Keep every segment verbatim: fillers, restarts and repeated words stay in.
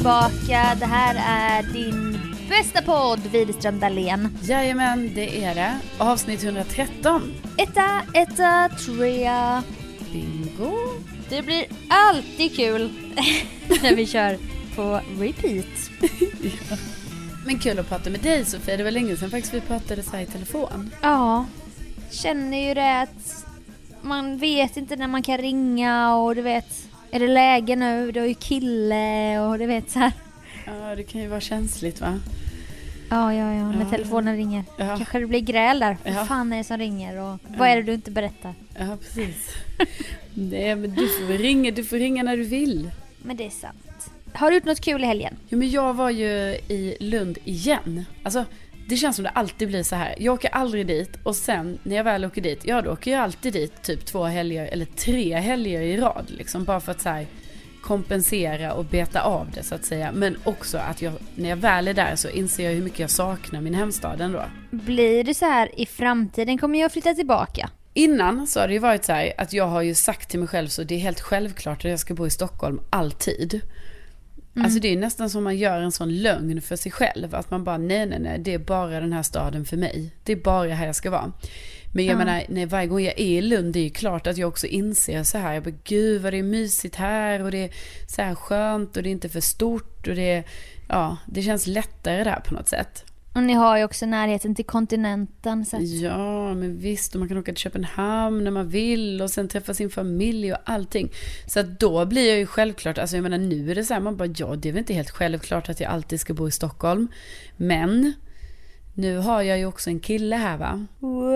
tillbaka. Det här är din bästa podd, Widerström Dahlén. Jajamän, det är det. Avsnitt hundratretton. Etta, etta, trea. Bingo. Det blir alltid kul när vi kör på repeat. Ja. Men kul att prata med dig, Sofia. Det var länge sedan faktiskt vi pratade så här i telefon. Ja, känner ju det att man vet inte när man kan ringa och du vet, är det läge nu? Du har ju kille och du vet så här. Ja, det kan ju vara känsligt, va? Ja, ja, ja, när ja, telefonen ringer. Ja. Kanske det blir gräl där. Ja. Vad fan är det som ringer och ja. vad är det du inte berättar? Ja, precis. Nej, men du får ringa, du får ringa när du vill. Men det är sant. Har du gjort något kul i helgen? Jo, men jag var ju i Lund igen. Alltså, det känns som det alltid blir så här. Jag åker aldrig dit och sen när jag väl åker dit, ja då åker jag alltid dit typ två helger eller tre helger i rad. Liksom, bara för att så här, kompensera och beta av det så att säga. Men också att jag, när jag väl är där så inser jag hur mycket jag saknar min hemstad ändå. Blir det så här i framtiden kommer jag flytta tillbaka? Innan så har det ju varit så här att jag har ju sagt till mig själv så det är helt självklart att jag ska bo i Stockholm alltid. Mm. Alltså det är nästan som man gör en sån lögn för sig själv. Att man bara, nej nej nej, det är bara den här staden för mig. Det är bara här jag ska vara. Men jag mm. menar, när varje gång jag är i Lund, det är ju klart att jag också inser så här. Jag bara, gud vad det är mysigt här. Och det är så här skönt och det är inte för stort. Och det är, ja, det känns lättare där på något sätt. Och ni har ju också närheten till kontinenten. Så att... Ja, men visst. Och man kan åka till Köpenhamn när man vill. Och sen träffa sin familj och allting. Så att då blir jag ju självklart. Alltså jag menar, nu är det så här. Man bara, ja, det är väl inte helt självklart att jag alltid ska bo i Stockholm. Men nu har jag ju också en kille här, va?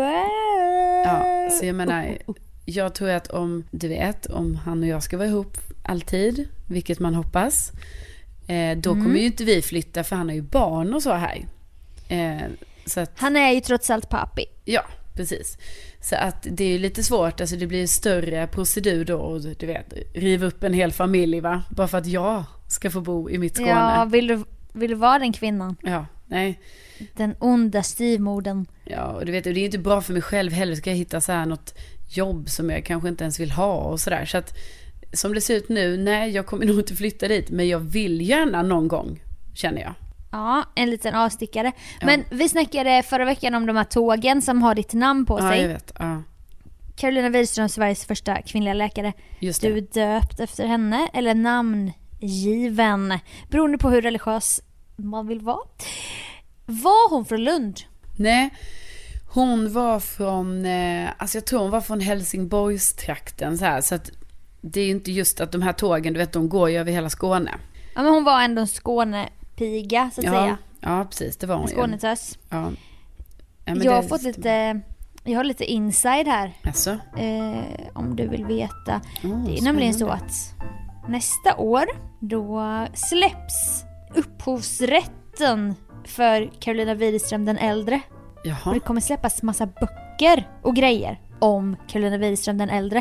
Wow. Ja, så jag menar... Jag tror att om, du vet, om han och jag ska vara ihop alltid. Vilket man hoppas. Eh, då mm. kommer ju inte vi flytta. För han har ju barn och så här. Eh, så att, han är ju trots allt pappi. Ja, precis. Så att det är ju lite svårt. Alltså det blir större procedur då. Och du vet, riva upp en hel familj, va? Bara för att jag ska få bo i mitt Skåne. Ja, vill du, vill du vara den kvinnan? Ja, nej. Den onda styvmodern. Ja, och du vet, det är ju inte bra för mig själv heller. Ska jag hitta så här något jobb som jag kanske inte ens vill ha och sådär. Så att som det ser ut nu, nej, jag kommer nog inte flytta dit. Men jag vill gärna någon gång, känner jag. Ja, en liten avstickare. Ja. Men vi snackade förra veckan om de här tågen som har ditt namn på ja, sig. Jag vet. Ja. Carolina Widerström, Sveriges första kvinnliga läkare. Just det. Du är döpt efter henne, eller namngiven, beroende på hur religiös man vill vara. Var hon från Lund? Nej, hon var från, eh, alltså jag tror hon var från Helsingborgstrakten så här, så att det är ju inte just att de här tågen, du vet, de går ju över hela Skåne. Ja, men hon var ändå en Skånepiga, så att ja, säga. Ja, precis, det var hon. Skånetös. Ja. Ja, jag har fått lite, jag har lite inside här. Alltså? Eh, om du vill veta. Oh, det är nämligen så att nästa år då släpps upphovsrätten för Carolina Widerström den äldre. Jaha. Och det kommer släppas massa böcker och grejer om Carolina Widerström den äldre.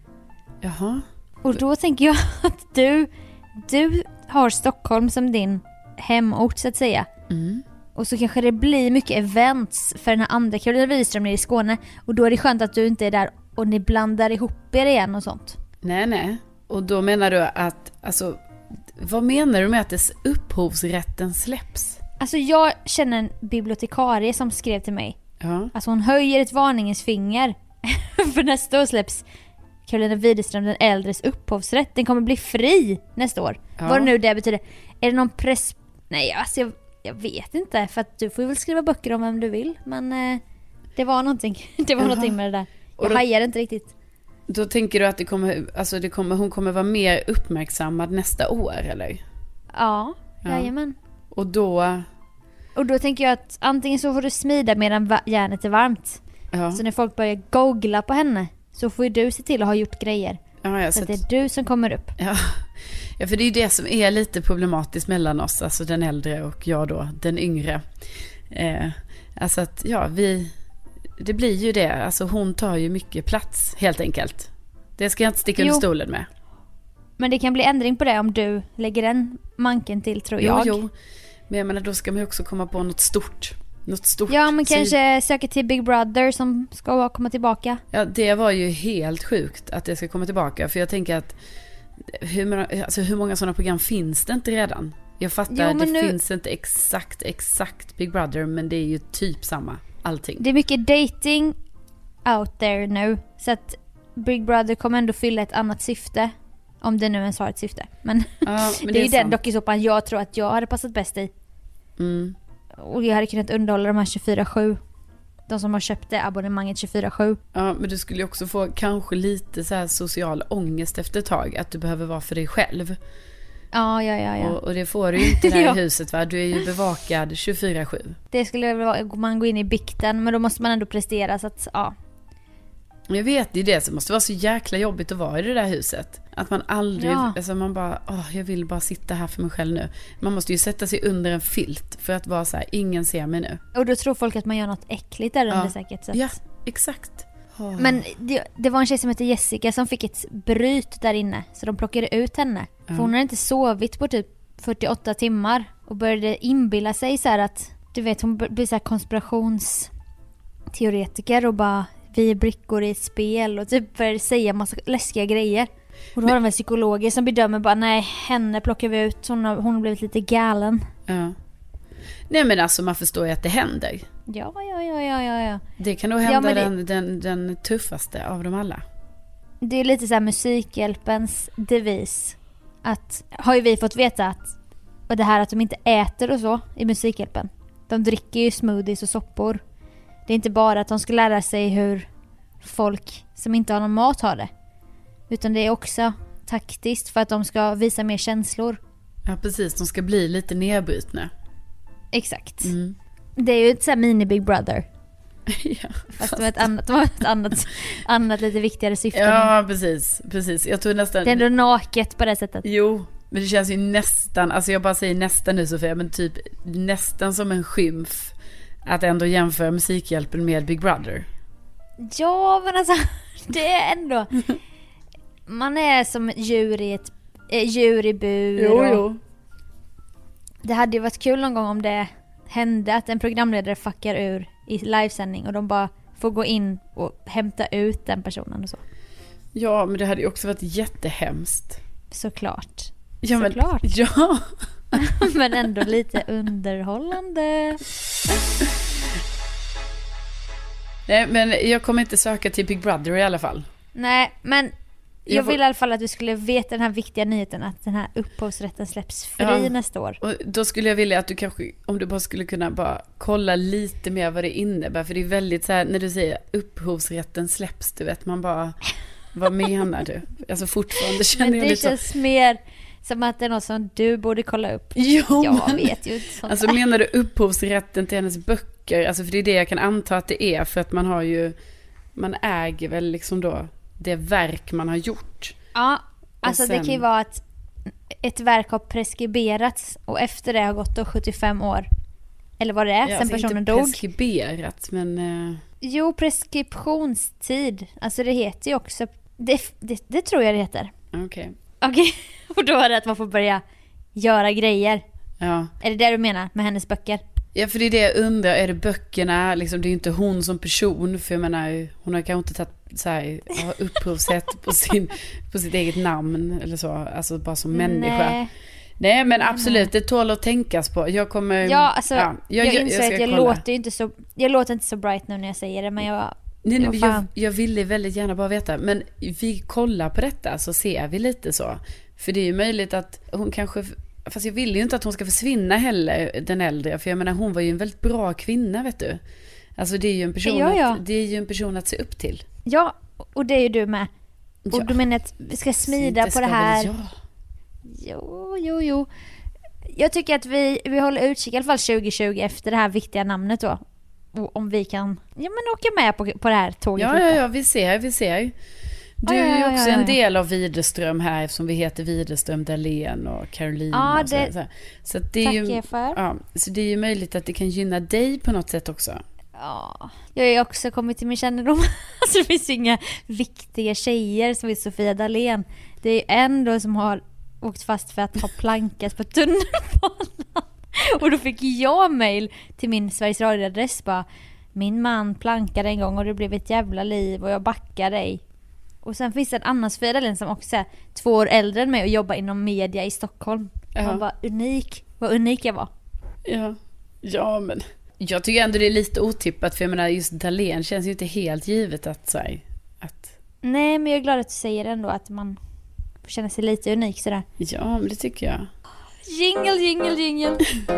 Jaha. Och då tänker jag att du du har Stockholm som din hemort, så att säga. Mm. Och så kanske det blir mycket events för den här andra Carolina Widerström nere i Skåne. Och då är det skönt att du inte är där och ni blandar ihop er igen och sånt. Nej, nej. Och då menar du att, alltså, vad menar du med att dess upphovsrätten släpps? Alltså jag känner en bibliotekarie som skrev till mig. Ja. Alltså hon höjer ett varningens finger. För nästa år släpps Carolina Widerström den äldres upphovsrätt. Den kommer bli fri nästa år. Ja. Vad nu det betyder. Är det någon press... Nej, alltså jag, jag vet inte. För att du får väl skriva böcker om vem du vill. Men eh, det var någonting. Det var Jaha. någonting med det där. Jag då, hajar inte riktigt. Då tänker du att det kommer, alltså det kommer, hon kommer vara mer uppmärksammad nästa år, eller? Ja, ja. Jajamän. Och då... Och då tänker jag att antingen så får du smida medan järnet är varmt. Ja. Så när folk börjar googla på henne så får ju du se till att ha gjort grejer. Ja, jag så att det är du som kommer upp. Ja. Ja, för det är ju det som är lite problematiskt mellan oss. Alltså den äldre och jag då, den yngre. Eh, alltså att, ja, vi... Det blir ju det. Alltså hon tar ju mycket plats, helt enkelt. Det ska jag inte sticka under stolen med. Men det kan bli ändring på det om du lägger den manken till, tror jo, jag. Jo, men jag menar, då ska man ju också komma på något stort. Något stort. Ja, men så kanske söka till Big Brother som ska komma tillbaka. Ja, det var ju helt sjukt att det ska komma tillbaka. För jag tänker att hur, alltså, hur många sådana program finns det inte redan? Jag fattar, Jo, det nu... finns inte exakt, exakt Big Brother, men det är ju typ samma, allting. Det är mycket dating out there nu, så att Big Brother kommer ändå fylla ett annat syfte. Om det nu ens har ett syfte. Men, ja, men det, det är är ju den sant. dokusåpan jag tror att jag hade passat bäst i. Mm. Och jag hade kunnat underhålla de här tjugofyra sju. De som har köpt det abonnemanget tjugofyra sju. Ja, men du skulle ju också få kanske lite så här social ångest efter ett tag. Att du behöver vara för dig själv. Ja, ja, ja, ja. Och, och det får du ju inte där Ja. i huset, va? Du är ju bevakad tjugofyra sju. Det skulle vara, man går in i bikten, men då måste man ändå prestera, så att ja. Jag vet, det är det som måste vara så jäkla jobbigt att vara i det där huset. Att man aldrig, Ja. alltså man bara, åh, jag vill bara sitta här för mig själv nu. Man måste ju sätta sig under en filt för att vara så här, ingen ser mig nu. Och då tror folk att man gör något äckligt där under säkert. Så att... Ja, exakt. Oh. Men det, det var en tjej som heter Jessica som fick ett bryt där inne. Så de plockade ut henne. För hon hade inte sovit på typ fyrtioåtta timmar. Och började inbilla sig så här att, du vet, hon blir så här konspirationsteoretiker och bara, vi är brickor i ett spel. Och typ började säga massa läskiga grejer. Och då har de väl psykologer som bedömer bara, nej, henne plockar vi ut. Hon har, hon har blivit lite galen. Ja. Nej, men alltså man förstår ju att det händer. Ja, ja, ja, ja, ja, ja. Det kan nog hända Ja, det... den, den, den tuffaste av dem alla. Det är lite så här Musikhjälpens devis. Att, har ju vi fått veta att, och det här att de inte äter och så i Musikhjälpen. De dricker ju smoothies och soppor. Det är inte bara att de ska lära sig hur folk som inte har någon mat har det. Utan det är också taktiskt för att de ska visa mer känslor. Ja, precis. De ska bli lite nedbrytna. Exakt. Mm. Det är ju ett så här mini Big Brother. Ja, fast, fast det var ett annat, det var ett annat, annat lite viktigare syfte. Ja, precis. precis. Jag tror nästan... Det är ändå naket på det sättet. Jo, men det känns ju nästan, alltså jag bara säger nästan nu Sofia, men typ nästan som en skymf att ändå jämföra Musikhjälpen med Big Brother. Ja, men alltså det är ändå, man är som djur i ett äh, djur i bur. Jo, och jo. Det hade ju varit kul någon gång om det hände att en programledare fuckar ur i livesändning och de bara får gå in och hämta ut den personen och så. Ja, men det hade ju också varit jättehemskt. Såklart. Ja, men, Såklart. Ja. Men ändå lite underhållande. Nej, men jag kommer inte söka till Big Brother i alla fall. Nej, men jag, Jag får- vill i alla fall att du skulle veta den här viktiga nyheten att den här upphovsrätten släpps fri Ja. nästa år. Och då skulle jag vilja att du kanske, om du bara skulle kunna bara kolla lite mer vad det innebär. För det är väldigt så här, när du säger upphovsrätten släpps, du vet, man bara, vad menar du? Alltså fortfarande känner Men jag det lite så. känns mer som att det är något som du borde kolla upp. Jo, Jag men, vet ju inte sånt alltså där. menar du upphovsrätten till hennes böcker? Alltså för det är det jag kan anta att det är, för att man har ju, man äger väl liksom då det verk man har gjort. Ja, alltså sen- det kan ju vara att ett verk har preskriberats och efter det har gått då sjuttiofem år. Eller vad det är, Ja, sen alltså personen inte dog. preskriberat, men eh, Jo, preskriptionstid. Alltså det heter ju också, det, det, det tror jag det heter. okej. Okej, och då är det att man får börja göra grejer. Ja. Är det det du menar med hennes böcker? Ja, för det är det jag undrar, är det böckerna, liksom, det är ju inte hon som person, för jag menar, hon har kanske inte tagit så här, har upphovsrätt på, sin, på sitt eget namn eller så, alltså bara som människa. Nej. Nej, men absolut, det tål att tänkas på. Jag kommer... Ja, alltså ja, jag, jag inser ska att jag kolla. låter ju inte så, jag låter inte så bright nu när jag säger det, men jag... Nej, nej, Ja, men jag, fan. jag ville väldigt gärna bara veta, men vi kollar på detta så ser vi lite så. För det är ju möjligt att hon kanske... Fast jag vill ju inte att hon ska försvinna heller, den äldre. För jag menar, hon var ju en väldigt bra kvinna, vet du. Alltså det är ju en person, Ja, ja. Att, det är ju en person att se upp till. Ja, och det är ju du med. Och Ja. du menar att vi ska smida Inte på det ska här. väl jag. Jo, jo, jo. Jag tycker att vi, vi håller utkik i alla fall tjugo tjugo efter det här viktiga namnet då. Och om vi kan ja, men åka med på, på det här tåget Ja, lite. ja, ja, vi ser, vi ser. Du Ja, ja, är ju ja, också ja, ja. en del av Widerström här, eftersom vi heter Widerström, Dahlén och Caroline. Ja, och så, det- så, så att det är Tackar ju, jag för. ja, så det är ju möjligt att det kan gynna dig på något sätt också. Ja, jag har ju också kommit till min kännedom. Alltså det finns ju inga viktiga tjejer som är Sofia Dahlén. Det är ju en då som har åkt fast för att ha plankat på tunnelbanan. Och då fick jag mejl till min Sveriges Radio-adress bara: min man plankade en gång och det blev ett jävla liv och jag backar dig. Och sen finns det en annan Sofia Dahlén som också är två år äldre än mig och jobbar inom media i Stockholm. Ja. Man var unik. vad unik jag var. Ja, ja men jag tycker ändå det är lite otippat, för jag menar just Dahlén känns ju inte helt givet att så här, att... Nej, men jag är glad att du säger ändå att man får känna sig lite unik sådär. Ja, men det tycker jag. Jingle, jingle, jingle.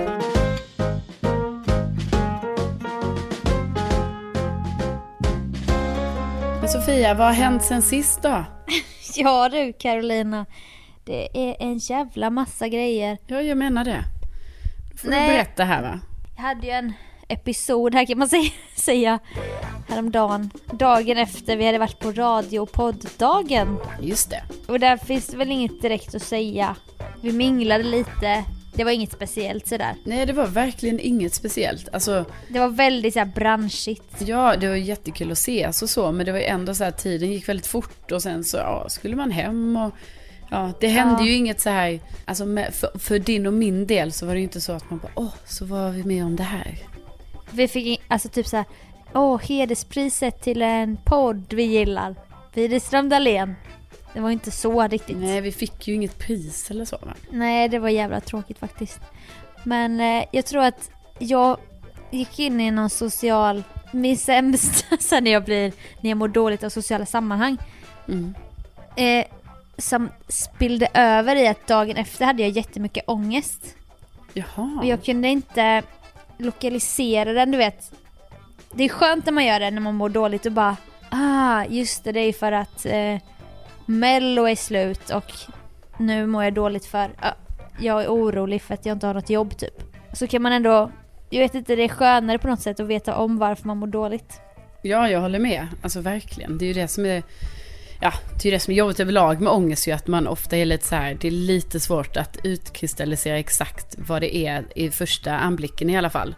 Men Sofia, vad har hänt sen sist då? Ja du, Carolina. Det är en jävla massa grejer. Ja, jag menar det. Då får Nej. du berätta här, va? Jag hade ju en episod här kan man säga häromdagen. Dagen efter vi hade varit på radio- och podddagen. Just det. Och där finns det väl inget direkt att säga. Vi minglade lite. Det var inget speciellt sådär. Nej, det var verkligen inget speciellt. Alltså, det var väldigt så här branschigt. Ja, det var jättekul att ses och så. Men det var ju ändå så här, tiden gick väldigt fort. Och sen så ja, skulle man hem och... Ja, det hände ja. ju inget så här... Alltså med, för, för din och min del så var det ju inte så att man bara... Åh, så var vi med om det här. Vi fick alltså typ så här... Åh, hederspriset till en podd vi gillar. Widerström Dahlén. Det var inte så riktigt. Nej, vi fick ju inget pris eller så, va? Nej, det var jävla tråkigt faktiskt. Men eh, jag tror att jag gick in i någon social... Min sämsta sen när jag blir... När jag mår dåligt av sociala sammanhang. Mm. Eh, som spillde över i att dagen efter hade jag jättemycket ångest. Jaha. Och jag kunde inte lokalisera den, du vet. Det är skönt när man gör det när man mår dåligt och bara... Ah, just det, det är för att... Eh, Mello är slut och nu mår jag dåligt för uh, jag är orolig för att jag inte har något jobb typ. Så kan man ändå, jag vet inte, det är skönare på något sätt att veta om varför man mår dåligt. Ja, jag håller med. Alltså verkligen. Det är ju det som är ja, det är det som är jobbigt överlag med ångest, ju att man ofta är lite så här, det är lite svårt att utkristallisera exakt vad det är i första anblicken i alla fall.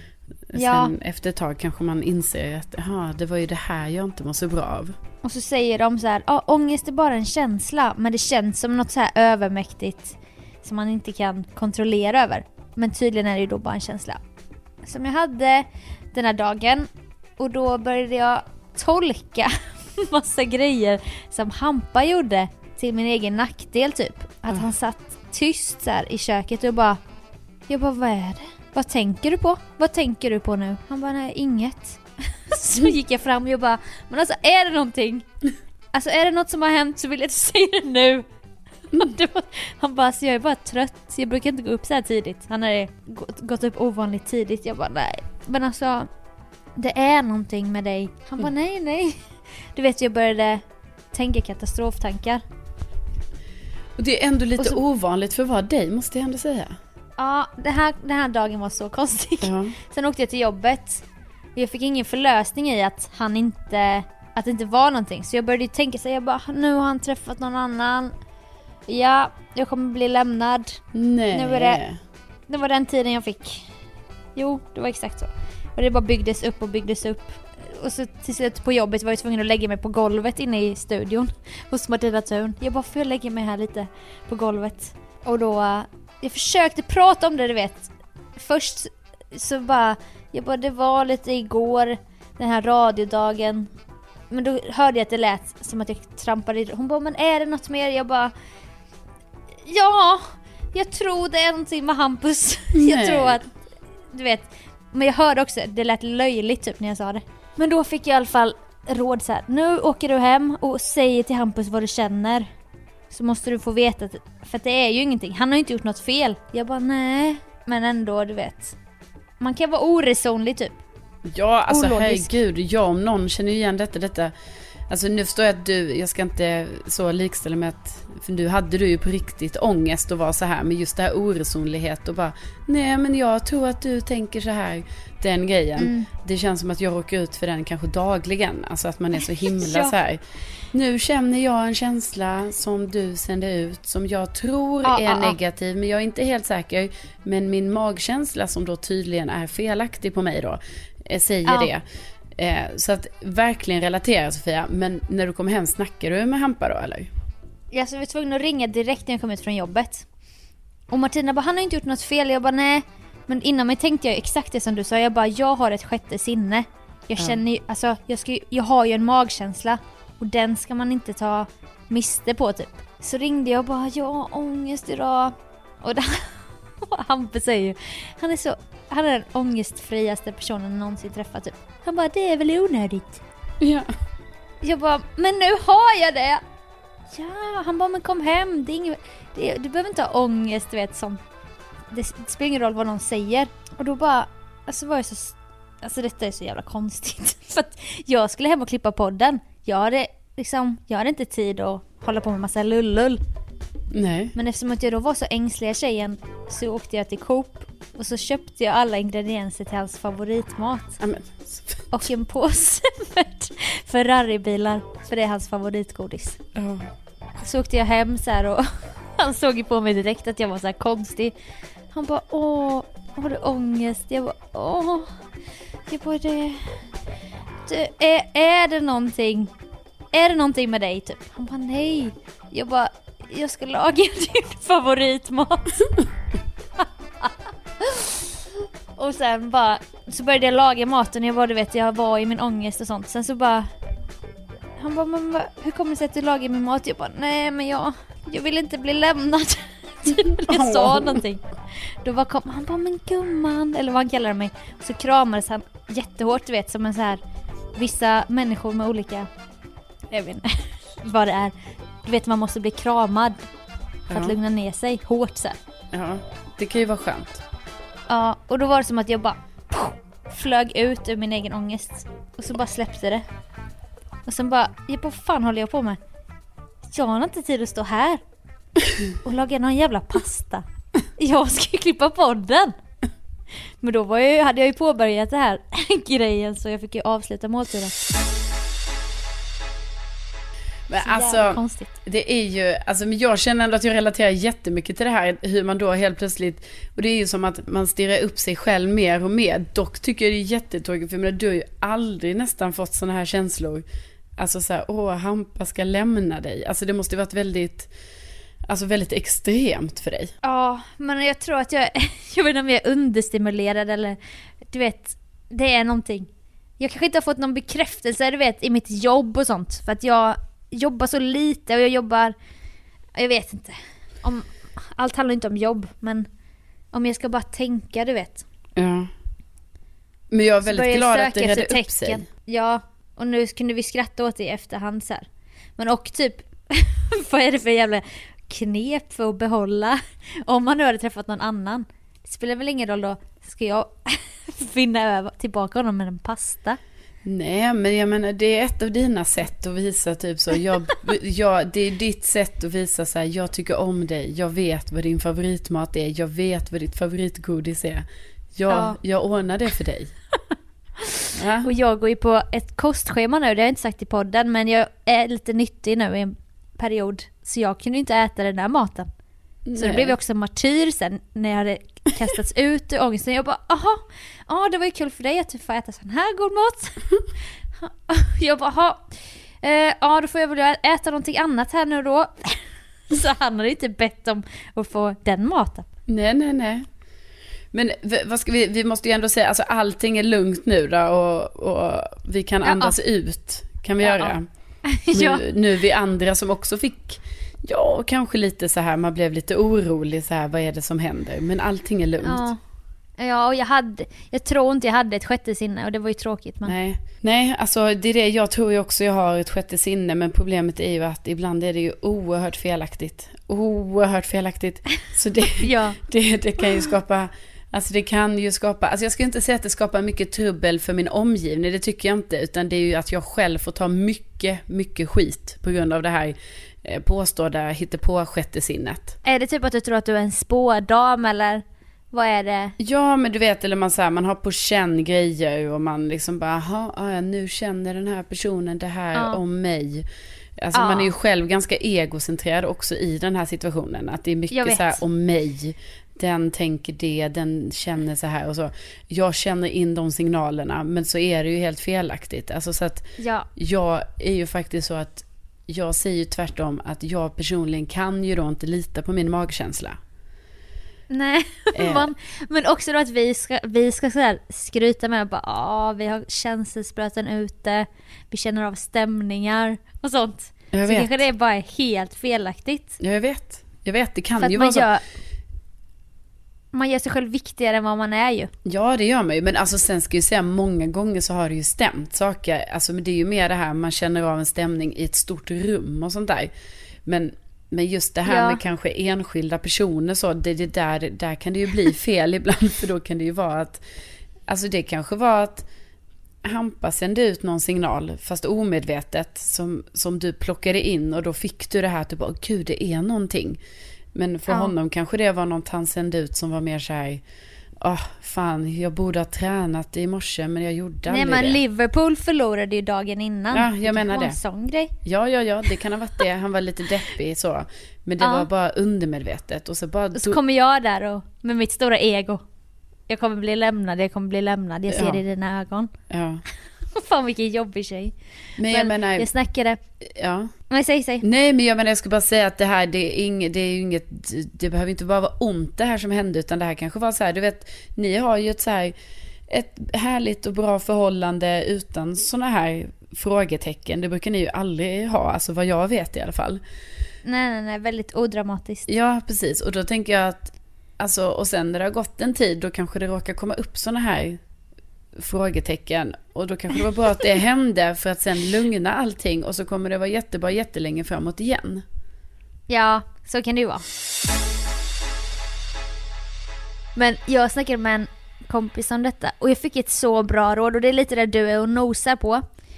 Ja. Sen efter ett tag kanske man inser att aha, det var ju det här jag inte mår så bra av. Och så säger de så här, ja, ångest är bara en känsla, men det känns som något så här övermäktigt som man inte kan kontrollera över. Men tydligen är det ju då bara en känsla. Som jag hade den här dagen, och då började jag tolka massa grejer som Hampa gjorde till min egen nackdel typ. Att mm. han satt tyst så här i köket och bara, jag bara, vad är det? Vad tänker du på? Vad tänker du på nu? Han bara, nej, inget. Så gick jag fram och jag bara, men alltså är det någonting? Alltså är det något som har hänt så vill jag inte säga det nu. Det var, han bara, så jag är bara trött. Jag brukar inte gå upp så här tidigt. Han hade gått, gått upp ovanligt tidigt. Jag bara, nej. Men alltså, det är någonting med dig. Han bara, nej, nej. Du vet, jag började tänka katastroftankar. Och det är ändå lite så, ovanligt för att vara dig, måste jag ändå säga. Ja, det här, den här dagen var så konstig. Ja. Sen åkte jag till jobbet. Jag fick ingen förlösning i att han inte, att det inte var någonting. Så jag började tänka sig, jag bara, nu har han träffat någon annan. Ja, jag kommer bli lämnad. Nej. Nu är det, det var den tiden jag fick. Jo, det var exakt så. Och det bara byggdes upp och byggdes upp. Och så till slut på jobbet var jag tvungen att lägga mig på golvet inne i studion hos Martina Thun. Jag bara, får jag lägga mig här lite på golvet? Och då, jag försökte prata om det, du vet. Först så bara, jag bara, det var lite igår, den här radiodagen. Men då hörde jag att det lät som att jag trampade i. Hon bara, men är det något mer? Jag bara, ja, jag tror det är någonting med Hampus. Nej. Jag tror att, du vet. Men jag hörde också, det lät löjligt typ när jag sa det. Men då fick jag i alla fall råd så här, nu åker du hem och säger till Hampus vad du känner. Så måste du få veta, att, för att det är ju ingenting. Han har ju inte gjort något fel. Jag bara, nej. Men ändå, du vet. Man kan vara oresonlig typ. Ja, alltså Ologisk. herregud, jag om någon känner igen detta, detta. Alltså nu förstår jag att du, jag ska inte så likställa med att, för du hade du ju på riktigt ångest och var så här, med just det här oresonlighet och bara, nej men jag tror att du tänker så här, den grejen. Mm. Det känns som att jag råkar ut för den kanske dagligen, alltså att man är så himla ja. så här. Nu känner jag en känsla som du sänder ut, som jag tror ja, är ja, negativ, men jag är inte helt säker, men min magkänsla som då tydligen är felaktig på mig då, säger ja. det. Eh, så att verkligen relatera, Sofia. Men när du kommer hem, snackar du med Hampa då, eller? Ja, så vi var tvungna att ringa direkt när jag kom ut från jobbet. Och Martina bara, han har inte gjort något fel. Jag bara, nej. Men innan mig tänkte jag exakt det som du sa. Jag bara, jag har ett sjätte sinne. Jag ja. känner ju, alltså jag, ska, jag har ju en magkänsla. Och den ska man inte ta miste på typ. Så ringde jag och bara, jag har ångest idag. Och då, Hampus säger ju, han är så, han är den ångestfriaste personen någonsin träffat typ. Han bara, det är väl onödigt. Ja. Jag bara, men nu har jag det. Ja, han bara, men kom hem. Det är inget, det, du behöver inte ha ångest, du vet, som det, det spelar ingen roll vad någon säger. Och då bara, alltså var jag så, alltså detta är så jävla konstigt. För att jag skulle hem och klippa podden. Jag hade liksom, jag hade inte tid att hålla på med massa lullull. Nej. Men eftersom att jag då var så ängsliga tjejen så åkte jag till Coop och så köpte jag alla ingredienser till hans favoritmat. Amen. Och en påse med Ferrari-bilar, för det är hans favoritgodis. Oh. Så åkte jag hem så här och han såg ju på mig direkt att jag var så här konstig. Han bara, åh, har du ångest? Jag bara, åh. Jag bara, det... det är, är det någonting? Är det någonting med dig typ? Han bara, nej. Jag bara, jag ska laga din favoritmat. Och sen bara, så började jag laga maten. Jag bara, du vet, jag var i min ångest och sånt. Sen så bara, han bara, men hur kommer det sig att du lagar min mat? Jag bara, nej men jag, jag vill inte bli lämnad. Jag sa någonting. Då bara kom, han bara, men gumman, eller vad han kallade mig. Och så kramades han jättehårt, du vet, som en så här, vissa människor med olika, jag vet inte vad det är. Du vet, man måste bli kramad för ja. att lugna ner sig hårt så här. Ja, det kan ju vara skönt. Ja, och då var det som att jag bara pof, flög ut ur min egen ångest. Och så bara släppte det. Och sen bara, jag bara, fan håller jag på med? Jag har inte tid att stå här och laga någon jävla pasta. Jag ska ju klippa podden. Men då var jag, hade jag ju påbörjat det här grejen, så jag fick ju avsluta måltiden. Men alltså, det är ju, alltså, men jag känner ändå att jag relaterar jättemycket till det här, hur man då helt plötsligt, och det är ju som att man stirrar upp sig själv mer och mer. Dock tycker jag det är jättetråkigt, för men du har ju aldrig nästan fått såna här känslor. Alltså så här, åh, Hampa ska lämna dig. Alltså det måste ju varit väldigt, alltså väldigt extremt för dig. Ja, men jag tror att jag, jag vet inte om jag är understimulerad eller, du vet, det är någonting. Jag kanske inte har fått någon bekräftelse, du vet, i mitt jobb och sånt, för att jag jobbar så lite och jag jobbar, jag vet inte om, allt handlar inte om jobb, men om jag ska bara tänka, du vet. Ja. Men jag är väldigt glad att det redde upp sig. Ja, och nu kunde vi skratta åt det i efterhand så här. Men och typ vad är det för jävla knep för att behålla, om man nu hade träffat någon annan, det spelar väl ingen roll då, ska jag finna över tillbaka honom med en pasta? Nej, men jag menar, det är ett av dina sätt att visa typ så, jag, jag, det är ditt sätt att visa så här, jag tycker om dig, jag vet vad din favoritmat är, jag vet vad ditt favoritgodis är, jag, ja. jag ordnar det för dig. Ja. Och jag går ju på ett kostschema nu, det har jag inte sagt i podden, men jag är lite nyttig nu i en period, så jag kunde inte äta den där maten. Nej. Så det blev jag också martyr sen när jag hade kastats ut ur ångesten. Jag bara, aha, ja, det var ju kul för dig att du får äta sån här god mat. Jag bara, aha, eh, ja, då får jag väl äta någonting annat här nu då. Så han hade inte bett om att få den maten. Nej, nej, nej. Men vad ska vi, vi måste ju ändå säga, alltså allting är lugnt nu då, och, och vi kan andas ja, ja. ut. Kan vi ja, göra? Ja. Ja. Nu, nu vi andra som också fick, ja, kanske lite så här, man blev lite orolig så här, vad är det som händer? Men allting är lugnt. Ja, ja, och jag hade, jag tror inte jag hade ett sjätte sinne, och det var ju tråkigt. Men... Nej. Nej, alltså det är det, jag tror ju också jag har ett sjätte sinne, men problemet är ju att ibland är det ju oerhört felaktigt. Oerhört felaktigt. Så det, ja. det, det kan ju skapa... Alltså det kan ju skapa, alltså jag ska inte säga att det skapar mycket trubbel för min omgivning, det tycker jag inte, utan det är ju att jag själv får ta mycket, mycket skit på grund av det här eh, påstådda hittepå sjätte sinnet. Är det typ att du tror att du är en spådam, eller vad är det? Ja, men du vet, eller man, så här, man har på känn grejer och man liksom bara, ja, nu känner den här personen det här ja. om mig. Alltså ja. man är ju själv ganska egocentrerad också i den här situationen, att det är mycket så här om mig. Den tänker det, den känner så här och så. Jag känner in de signalerna, men så är det ju helt felaktigt. Alltså så att ja. jag är ju faktiskt så att jag säger ju tvärtom att jag personligen kan ju då inte lita på min magkänsla. Nej, eh. man, men också då att vi ska, vi ska så här skryta med bara, ah, vi har känselspröten ute, vi känner av stämningar och sånt. Jag så vet. kanske det bara är helt felaktigt. Ja, jag vet. Jag vet, det kan för ju att vara man så. Gör... man gör sig själv viktigare än vad man är ju. Ja, det gör man ju. Men alltså sen ska jag säga, många gånger så har det ju stämt saker. Alltså men det är ju mer det här, man känner av en stämning i ett stort rum och sånt där. Men, men just det här ja. med kanske enskilda personer så, det, det där, där kan det ju bli fel ibland. För då kan det ju vara att, alltså det kanske var att Hampa sände ut någon signal, fast omedvetet, som, som du plockade in, och då fick du det här typ, åh gud, det är någonting. Men för ja. honom kanske det var något han sände ut som var mer så här, åh oh, fan, jag borde ha tränat i morse, men jag gjorde aldrig det. Nej, men Liverpool förlorade ju dagen innan. Ja, jag menar det. En sån grej. Ja, ja, ja, det kan ha varit det. Han var lite deppig så. Men det ja. var bara undermedvetet. Och så, bara och så kommer jag där och med mitt stora ego. Jag kommer bli lämnad, jag kommer bli lämnad. Jag ser ja. det i dina ögon. Ja. Fan vilken jobbig tjej. Men jag men, menar, jag snackade. Ja. Nej, säg, säg. Nej, men jag menar, jag ska bara säga att det här, det är inget, det är ju inget, det behöver inte bara vara ont det här som hände, utan det här kanske var så här, du vet, ni har ju ett så här, ett härligt och bra förhållande utan såna här frågetecken. Det brukar ni ju aldrig ha, alltså vad jag vet i alla fall. Nej, nej, nej, väldigt odramatiskt. Ja, precis. Och då tänker jag att, alltså, och sen när det har gått en tid, då kanske det råkar komma upp såna här frågetecken, och då kanske det var bra att det hände för att sen lugna allting, och så kommer det vara jättebra jättelänge framåt igen. Ja, så kan det ju vara. Men jag snackade med en kompis om detta och jag fick ett så bra råd, och det är lite det du är och nosar på.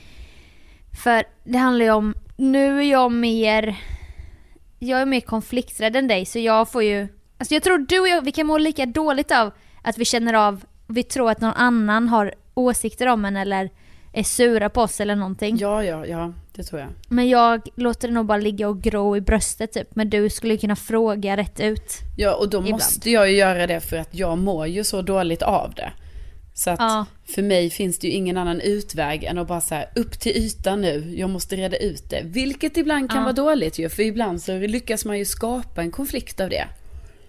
För det handlar ju om, nu är jag mer jag är mer konflikträdd än dig, så jag får ju, alltså jag tror du och jag, vi kan må lika dåligt av att vi känner av, vi tror att någon annan har åsikter om en eller är sura på oss eller någonting. Ja, ja, ja, det tror jag. Men jag låter det nog bara ligga och grå i bröstet typ. Men du skulle kunna fråga rätt ut. Ja, och då ibland. Måste jag ju göra det, för att jag mår ju så dåligt av det. Så att ja. för mig finns det ju ingen annan utväg än att bara så här, upp till ytan nu. Jag måste reda ut det. Vilket ibland kan ja. vara dåligt ju. För ibland så lyckas man ju skapa en konflikt av det.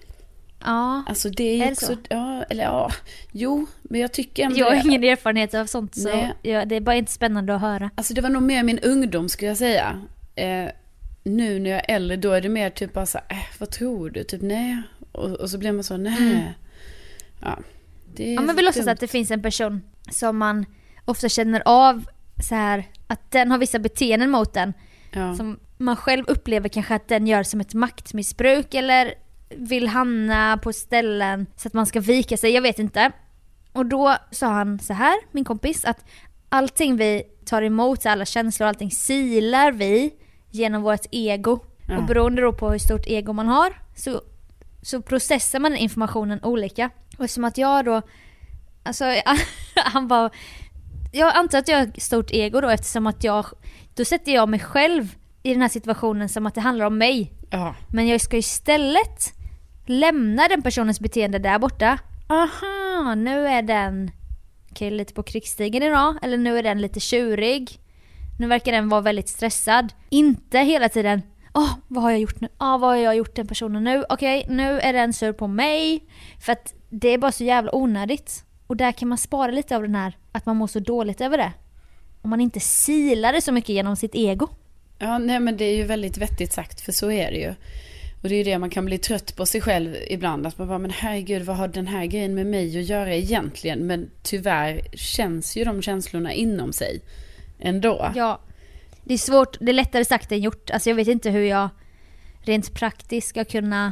Ja, alltså det är ju är det också, så? ja, eller ja, jo, men jag tycker ändå jag har det. ingen erfarenhet av sånt, så ja, det är bara inte spännande att höra. Alltså det var nog mer min ungdom, skulle jag säga. Eh, nu när jag är äldre, då är det mer typ bara så här, äh, vad tror du? Typ nej, och, och så blir man så, nej. Mm. Ja, det är ja, men vi låtsas att det finns en person som man ofta känner av så här, att den har vissa beteenden mot den. Ja. Som man själv upplever kanske att den gör som ett maktmissbruk, eller vill hamna på ställen så att man ska vika sig, jag vet inte. Och då sa han så här, min kompis, att allting vi tar emot, alla känslor och allting silar vi genom vårt ego. Ja. Och beroende då på hur stort ego man har, så, så processar man informationen olika. Och som att jag då, alltså han var, jag antar att jag har stort ego då, eftersom att jag, då sätter jag mig själv i den här situationen som att det handlar om mig. Ja. Men jag ska istället lämna den personens beteende där borta. Aha, nu är den okay, lite på krigsstigen idag. Eller nu är den lite tjurig. Nu verkar den vara väldigt stressad. Inte hela tiden, åh, oh, vad har jag gjort nu? Ja, oh, vad har jag gjort den personen nu? Okej, okay, nu är den sur på mig. För att det är bara så jävla onödigt. Och där kan man spara lite av den här, att man mår så dåligt över det. Om man inte silar det så mycket genom sitt ego. Ja, nej, men det är ju väldigt vettigt sagt, för så är det ju. Och det är ju det, man kan bli trött på sig själv ibland. Att man bara, men herregud, vad har den här grejen med mig att göra egentligen? Men tyvärr känns ju de känslorna inom sig ändå. Ja, det är svårt, det är lättare sagt än gjort. Alltså jag vet inte hur jag rent praktiskt ska kunna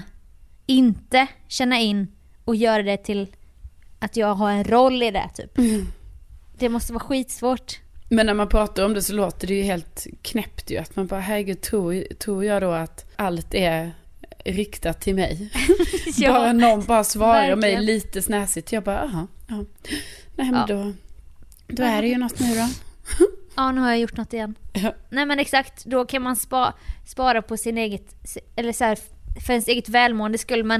inte känna in och göra det till att jag har en roll i det typ. Mm. Det måste vara skitsvårt. Men när man pratar om det så låter det ju helt knäppt ju. Att man bara, herregud, tror, tror jag då att allt är riktat till mig? Ja, bara någon bara svarar verkligen. Mig lite snäsigt. Jag bara, aha, ja. Nej, men ja. då, då är det ju något nu då. Ja, nu har jag gjort något igen. Ja. Nej, men exakt, då kan man spa, spara på sin eget, eller så här, för ens eget välmående skull. Men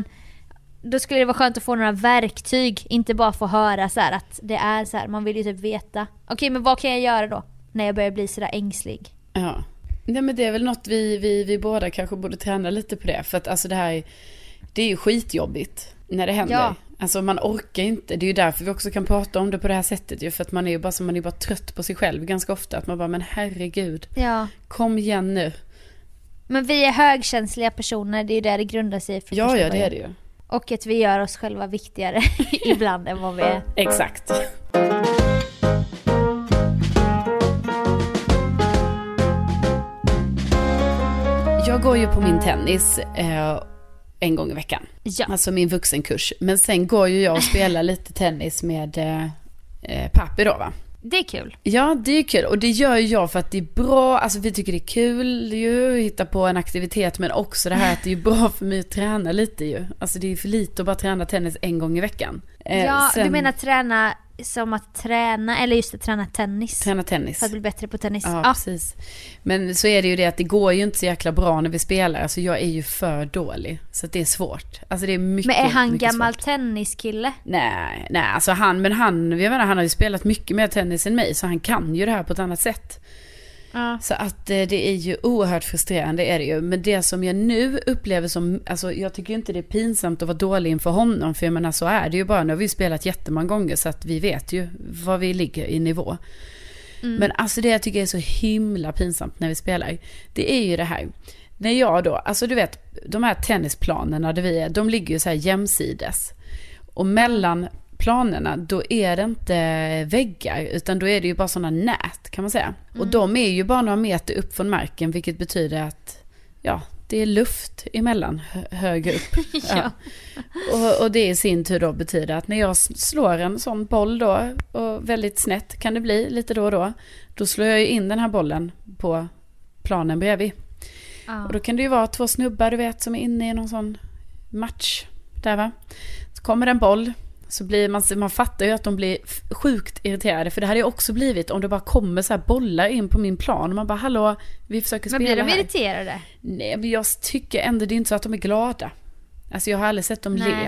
då skulle det vara skönt att få några verktyg, inte bara få höra så här att det är så här, man vill ju typ veta. Okej, men vad kan jag göra då när jag börjar bli så där ängslig? Ja. Nej, men det är väl något vi, vi, vi båda kanske borde träna lite på det. För att alltså det här, det är ju skitjobbigt när det händer. Ja. Alltså man orkar inte. Det är ju därför vi också kan prata om det på det här sättet ju. För att man är ju bara, så man är bara trött på sig själv ganska ofta. Att man bara, men herregud, ja. Kom igen nu. Men vi är högkänsliga personer, det är ju där det grundar sig. Ja, ja, det är det ju. Och att vi gör oss själva viktigare ibland än vad vi är. Exakt. Jag går ju på min tennis eh, en gång i veckan. Ja. Alltså min vuxenkurs. Men sen går ju jag och spelar lite tennis med eh, Pappi då, va? Det är kul. Ja, det är kul. Och det gör jag för att det är bra. Alltså vi tycker det är kul ju att hitta på en aktivitet. Men också det här att det är bra för mig att träna lite ju. Alltså det är för lite att bara träna tennis en gång i veckan. Eh, ja, sen... du menar träna som att träna, eller just att träna tennis. Träna tennis. För att bli bättre på tennis. Ja, ja, precis. Men så är det ju det att det går ju inte så jäkla bra när vi spelar. Alltså jag är ju för dålig. Så att det är svårt. Alltså det är mycket, men är han mycket gammal svårt. tenniskille? Nej, nej, alltså han, men han, jag menar, han har ju spelat mycket mer tennis än mig. Så han kan ju det här på ett annat sätt. Ja. Så att eh, det är ju oerhört frustrerande är det ju. Men det som jag nu upplever som, alltså jag tycker inte det är pinsamt att vara dålig inför honom. För jag menar så är det ju bara, nu har vi spelat jättemånga gånger så att vi vet ju var vi ligger i nivå. Mm. Men alltså det jag tycker är så himla pinsamt när vi spelar, det är ju det här. När jag då, alltså du vet, de här tennisplanerna där vi är, de ligger ju så här jämsides. Och mellan planerna, då är det inte väggar, utan då är det ju bara sådana nät kan man säga. Mm. Och de är ju bara några meter upp från marken, vilket betyder att ja, det är luft emellan hö- högre upp. ja. Ja. Och, och det i sin tur då betyder att när jag slår en sån boll då, och väldigt snett kan det bli lite då och då, då slår jag ju in den här bollen på planen bredvid. Ja. Och då kan det ju vara två snubbar du vet som är inne i någon sån match där, va. Så kommer en boll, så blir man, man fattar ju att de blir sjukt irriterade, för det hade ju också blivit om det bara kommer så här bollar in på min plan och man bara hallå, vi försöker spela här. Men blir de irriterade? Nej, men jag tycker ändå det är inte så att de är glada. Alltså jag har aldrig sett dem Nej. le.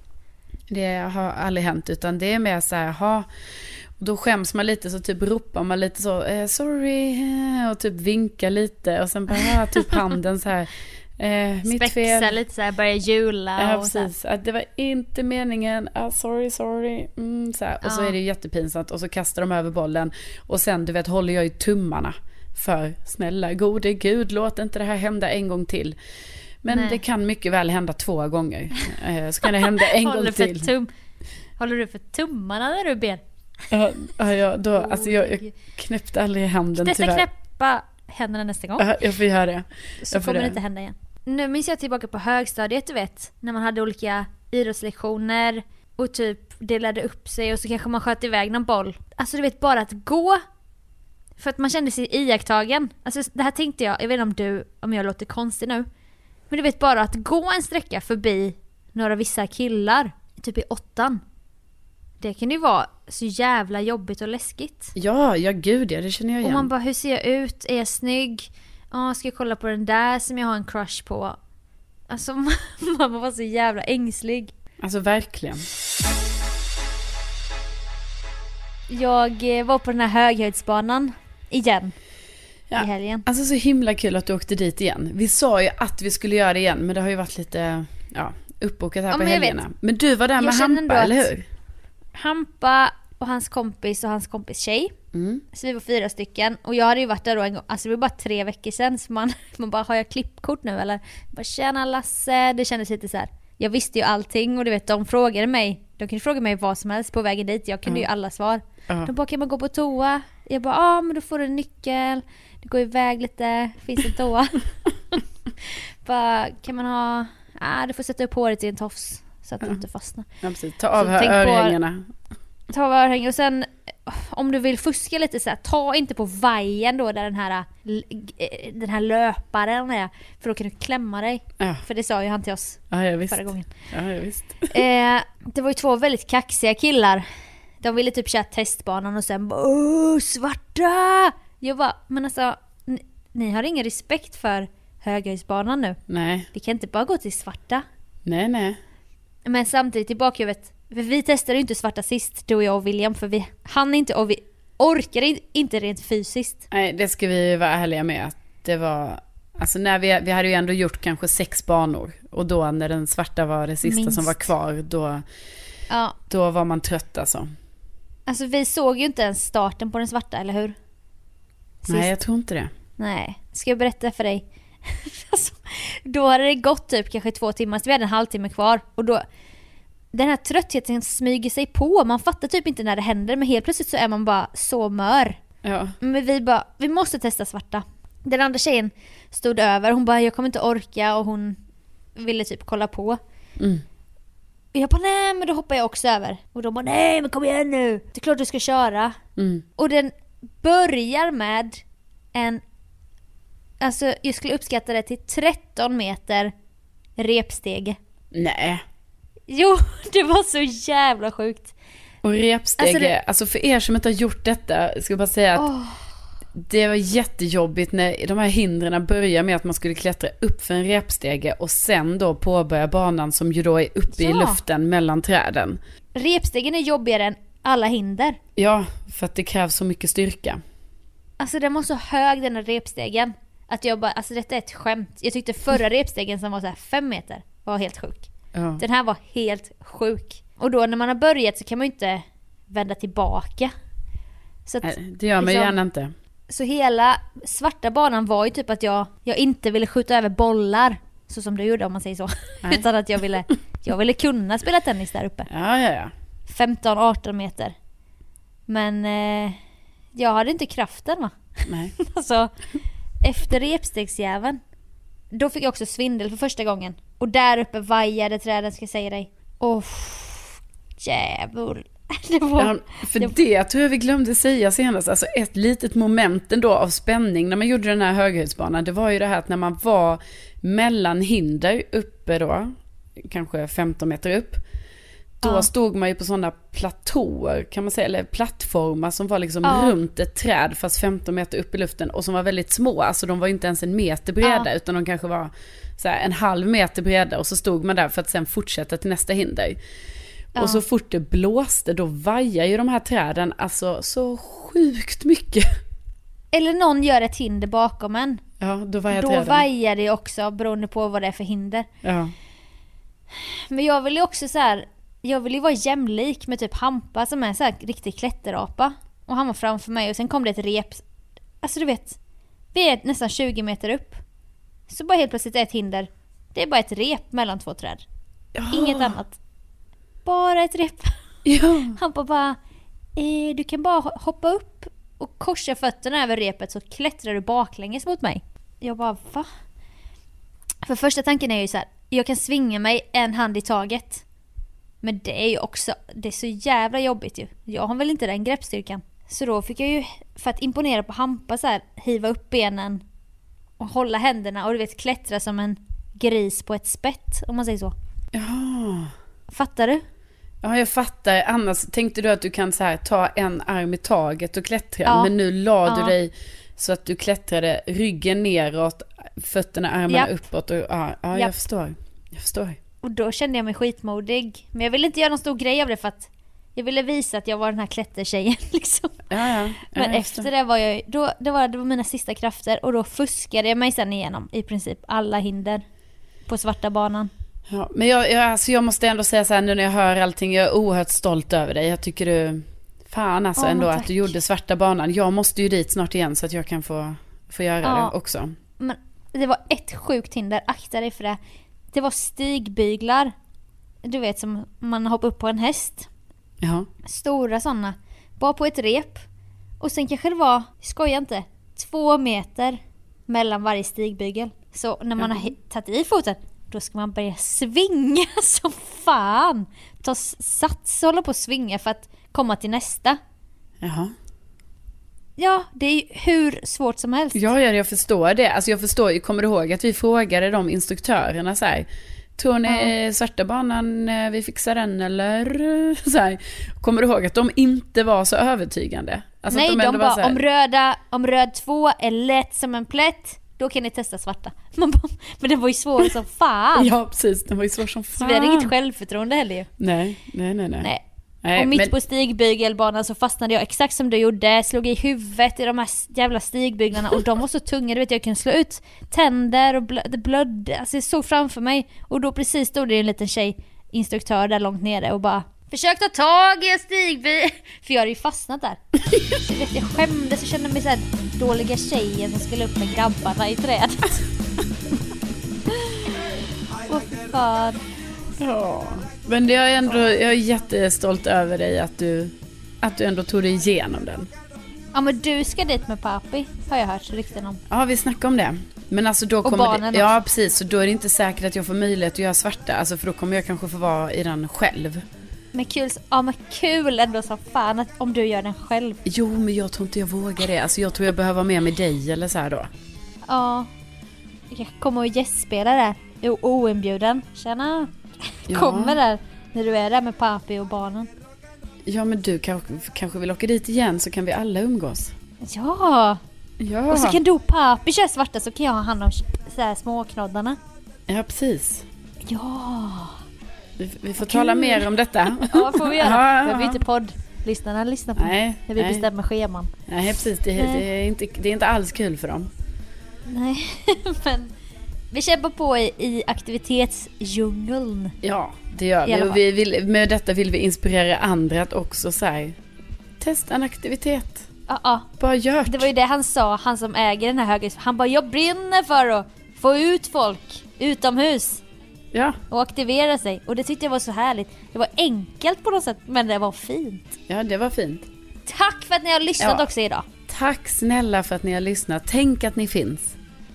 Det har aldrig hänt, utan det är mer så här, ha. Och då skäms man lite, så typ ropar man lite så eh, sorry, och typ vinkar lite och sen bara typ handen så här. Eh, mitt Spexa fel. lite så här, börja jula. Ja, och precis. Att det var inte meningen. Ah, sorry, sorry. Mm, så här. Och ja. så är det ju jättepinsamt. Och så kastar de över bollen. Och sen, du vet, håller jag i tummarna. För snälla, gode gud, låt inte det här hända en gång till. Men Nej. det kan mycket väl hända två gånger. Eh, så kan det hända en gång till. Tum- Håller du för tummarna när du ber? Ja, ja, ja, då, alltså jag, jag knäppte aldrig i handen. Testa tyvärr. knäppa händerna nästa gång. Ja, jag får göra det. Så jag får kommer det det. inte hända igen. Nu minns jag tillbaka på högstadiet, du vet. När man hade olika idrottslektioner och typ delade upp sig och så kanske man sköt iväg någon boll. Alltså du vet, bara att gå. För att man kände sig iakttagen. Alltså det här tänkte jag, jag vet inte om du, om jag låter konstig nu. Men du vet, bara att gå en sträcka förbi några vissa killar, typ i åttan. Det kan ju vara så jävla jobbigt och läskigt. Ja, ja gud, ja, det känner jag igen. Och man bara, hur ser jag ut? Är jag snygg? Ja, ska jag kolla på den där som jag har en crush på? Alltså man var så jävla ängslig. Alltså verkligen. Jag var på den här höghöjdsbanan igen Ja, i helgen. alltså så himla kul att du åkte dit igen. Vi sa ju att vi skulle göra det igen, men det har ju varit lite ja, uppbokat här Ja, på men jag helgerna. vet. Men du var där Jag med känner Hampa, ändå eller att- hur? Hampa och hans kompis och hans kompis tjej. Mm. Så vi var fyra stycken. Och jag hade ju varit där då en gång. Alltså det var bara tre veckor sedan. Så man, man bara, har jag klippkort nu eller? Jag bara, tjena Lasse. Det kändes lite så här. Jag visste ju allting och du vet, de frågade mig. De kunde fråga mig vad som helst på vägen dit. Jag kunde Mm. ju alla svar. Ja. De bara, kan man gå på toa? Jag bara, ja ah, men då får du en nyckel. Det går iväg lite. Finns en toa. Bara, kan man ha... Ah, du får sätta upp håret i en tofs. Så att Ja. det inte fastnar. Ja, precis. Ta av Så här tänk på- örhängena. Ta av örhängen och sen om du vill fuska lite så här, ta inte på vajen då där den här den här löparen är, för då kan du klämma dig. Ja, För det sa ju han till oss ja, ja visst. förra gången. Ja, ja, visst. Eh, det var ju två väldigt kaxiga killar. De ville typ köra testbanan och sen bara, åh, svarta! Jag bara, men alltså ni, ni har ingen respekt för höghöjdsbanan nu. Nej, Vi kan inte bara gå till svarta. nej, nej. Men samtidigt i bakhuvudet, för vi testade ju inte svarta sist, du och jag och William, för vi hann inte och vi orkade in- inte rent fysiskt. Nej, det ska vi vara ärliga med. Att det var... Alltså när vi, vi hade ju ändå gjort kanske sex banor. Och då när den svarta var det sista Minst. som var kvar, då, Ja, då var man trött alltså. alltså vi såg ju inte ens starten på den svarta, eller hur? Sist. Nej, jag tror inte det. Nej, ska jag berätta för dig? Alltså, Då hade det gått typ kanske två timmar, så vi hade en halvtimme kvar. Och då, den här tröttheten smyger sig på. Man fattar typ inte när det händer, men helt plötsligt så är man bara så mör. Ja. Men vi bara, vi måste testa svarta. Den andra tjejen stod över, hon bara, jag kommer inte orka, och hon ville typ kolla på. Mm. Och jag bara, nej men då hoppar jag också över. Och de bara, nej men kom igen nu, det är klart du ska köra. Mm. Och den börjar med en, alltså jag skulle uppskatta det till tretton meter repstege. Nej. Jo, det var så jävla sjukt. Och repstege, Alltså, det... alltså för er som inte har gjort detta, ska jag bara säga att oh. det var jättejobbigt när de här hindren börjar med att man skulle klättra upp för en repstege och sen då påbörja banan som ju då är uppe ja. i luften mellan träden. Repstegen är jobbigare än alla hinder. Ja, för att det krävs så mycket styrka. Alltså den var så hög, den här repstegen, att jag bara, alltså detta är ett skämt. Jag tyckte förra repstegen som var så här fem meter var helt sjuk. Ja. Den här var helt sjuk. Och då när man har börjat så kan man ju inte vända tillbaka. Så att, Nej, det gör man liksom, gärna inte. Så hela svarta banan var ju typ att jag, jag inte ville skjuta över bollar, så som du gjorde om man säger så. Utan att jag ville, jag ville kunna spela tennis där uppe. Ja, ja, ja. femton arton meter. Men eh, jag hade inte kraften, va? Nej. Alltså, efter repstegsjäveln, då fick jag också svindel för första gången. Och där uppe vajade träden, ska jag säga dig. Åh, jävlar. Det var, ja, för jag... det tror jag vi glömde säga senast. Alltså ett litet moment ändå av spänning när man gjorde den här höghöjdsbanan, det var ju det här att när man var mellan hinder uppe då, kanske femton meter upp, då ja. stod man ju på sådana platåer kan man säga, eller plattformar som var liksom ja. runt ett träd fast femton meter upp i luften och som var väldigt små. Alltså de var inte ens en meter breda ja. utan de kanske var så här en halv meter breda, och så stod man där för att sen fortsätta till nästa hinder. Ja. Och så fort det blåste, då vajar ju de här träden alltså så sjukt mycket. Eller någon gör ett hinder bakom en. Ja, då vajar Då träden. vajar det också beroende på vad det är för hinder. Ja. Men jag vill ju också så här, jag vill ju vara jämlik med typ Hampa som är så här riktig klätterapa. Och han var framför mig och sen kom det ett rep. Alltså du vet, vi är nästan tjugo meter upp. Så bara helt plötsligt är ett hinder. Det är bara ett rep mellan två träd. Ja. Inget annat. Bara ett rep. Ja. Han bara, eh, du kan bara hoppa upp och korsa fötterna över repet så klättrar du baklänges mot mig. Jag bara, va? För första tanken är ju så här, jag kan svinga mig en hand i taget. Men det är ju också, det är så jävla jobbigt ju. Jag har väl inte den greppstyrkan. Så då fick jag ju, för att imponera på Hampa så här, hiva upp benen och hålla händerna och du vet klättra som en gris på ett spett, om man säger så. Ja. Fattar du? Ja, jag fattar. Annars tänkte du att du kan så här ta en arm i taget och klättra. Ja. Men nu la ja. du dig så att du klättrade ryggen neråt, fötterna, armarna Japp. uppåt. Och, ja, ja jag förstår. Jag förstår. Och då kände jag mig skitmodig. Men jag ville inte göra någon stor grej av det för att jag ville visa att jag var den här klättertjejen liksom. Ja, ja. Ja, men efter det var jag, då, det, var, det var mina sista krafter. Och då fuskade jag mig sen igenom i princip alla hinder på svarta banan. Ja, men jag, jag, alltså jag måste ändå säga så här nu när jag hör allting, jag är oerhört stolt över dig. Jag tycker du, fan alltså oh, ändå att du gjorde svarta banan. Jag måste ju dit snart igen så att jag kan få, få göra ja, det också. Men det var ett sjukt hinder, akta dig för det. Det var stigbyglar. Du vet som man hoppar upp på en häst. Ja. Stora sådana. Bara på ett rep. Och sen kanske det var, skoja inte, två meter mellan varje stigbygel. Så när man ja. har tagit i foten, då ska man börja svinga som fan. Ta sats och hålla på att svinga för att komma till nästa. Jaha. Ja, det är ju hur svårt som helst. Ja, ja, jag förstår det. Alltså jag förstår, kommer du ihåg att vi frågade de instruktörerna så här, tror ni ja. svarta banan, vi fixar den eller så här. Kommer du ihåg att de inte var så övertygande? Alltså nej, att de, de bara, så här, om röda, om röd två är lätt som en plätt, då kan ni testa svarta. Man bara, men det var ju svårt som fan. Ja, precis, det var ju svårt som fan. Så vi hade inget självförtroende heller ju. Nej, nej, nej, nej. nej. Nej, och mitt men... på stigbygelbanan så fastnade jag exakt som du gjorde. Slog i huvudet i de här jävla stigbyglarna. Och de var så tunga, du vet, jag kunde slå ut tänder och blö- det blödde. Alltså jag såg framför mig. Och då precis stod det en liten tjej, instruktör där långt nere och bara, försök ta tag i en stigby. För jag hade ju fastnat där. Så vet, jag skämdes och kände mig så här dåliga tjejen som skulle upp med grabbarna i trädet. fun. Ja, men jag är ändå jag är jättestolt över dig att du att du ändå tog dig igenom den. Ja, men du ska dit med papi, har jag hört rykten om. Ja, vi snackar om det. Men alltså då kommer barnen det, ja också. precis, så då är det inte säkert att jag får möjlighet att göra svarta, alltså för då kommer jag kanske få vara i den själv. Men kul, ja men kul ändå som fan att om du gör den själv. Jo, men jag tror inte jag vågar det. Alltså jag tror jag behöver vara med med dig eller så här då. Ja. Jag kommer att gästspela där. Jo, oinbjuden. Tjena. Ja. Kommer där när du är där med papi och barnen. Ja, men du kanske, kanske vill åka dit igen så kan vi alla umgås. Ja. Ja. Och så kan du och papi köra svarta så kan jag ha hand om så här småknoddarna. Ja, precis. Ja. Vi, vi får tala mer om detta. Ja, får vi göra. Ja, Vi ja. har inte poddlyssnarna lyssna på Nej, när vi nej. bestämmer scheman. Nej, precis. Det, Nej. det, är inte, det är inte alls kul för dem. Nej, men vi kämpar på i, i aktivitetsdjungeln. Ja, det gör I alla vi. fall. Och vi vill, med detta vill vi inspirera andra att också så här, testa en aktivitet. Ja, ja. Bara gör Det var ju det han sa, han som äger den här högen. Han bara, jag brinner för att få ut folk utomhus Ja, och aktivera sig. Och det tyckte jag var så härligt. Det var enkelt på något sätt, men det var fint. ja, det var fint. Tack för att ni har lyssnat Ja. också idag. Tack snälla för att ni har lyssnat. Tänk att ni finns.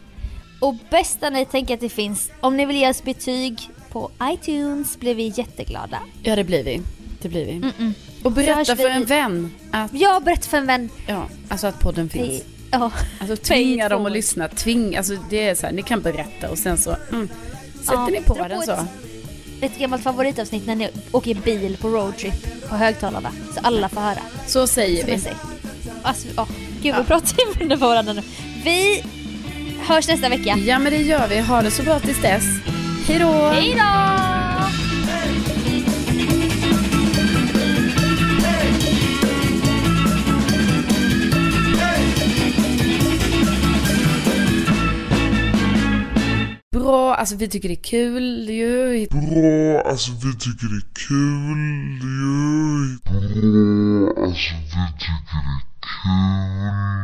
Och bästa ni tänker att det finns, om ni vill ge oss betyg på iTunes blir vi jätteglada. Ja, det blir vi. Det blir vi. Mm-mm. Och Så berätta hörs för vi- en vän att, Ja, berätta för en vän. ja, alltså att podden finns. Ja. Alltså tvinga Pay it dem att forward. lyssna. Tving, alltså det är så här, ni kan berätta och sen så mm, sätter Ja, ni på dra den på så. ett- Ett gammalt favoritavsnitt när ni åker bil på roadtrip på högtalarna. Så alla får höra. Så säger Som vi. jag säger. Alltså, åh, gud, vi pratar i munnen på varandra nu. Vi hörs nästa vecka. Ja, men det gör vi. Ha det så bra tills dess. Hej då! Hej då! Bra, alltså vi tycker det är kul ju. Bra, alltså vi tycker det är kul ju. Bra, alltså vi tycker det är kul.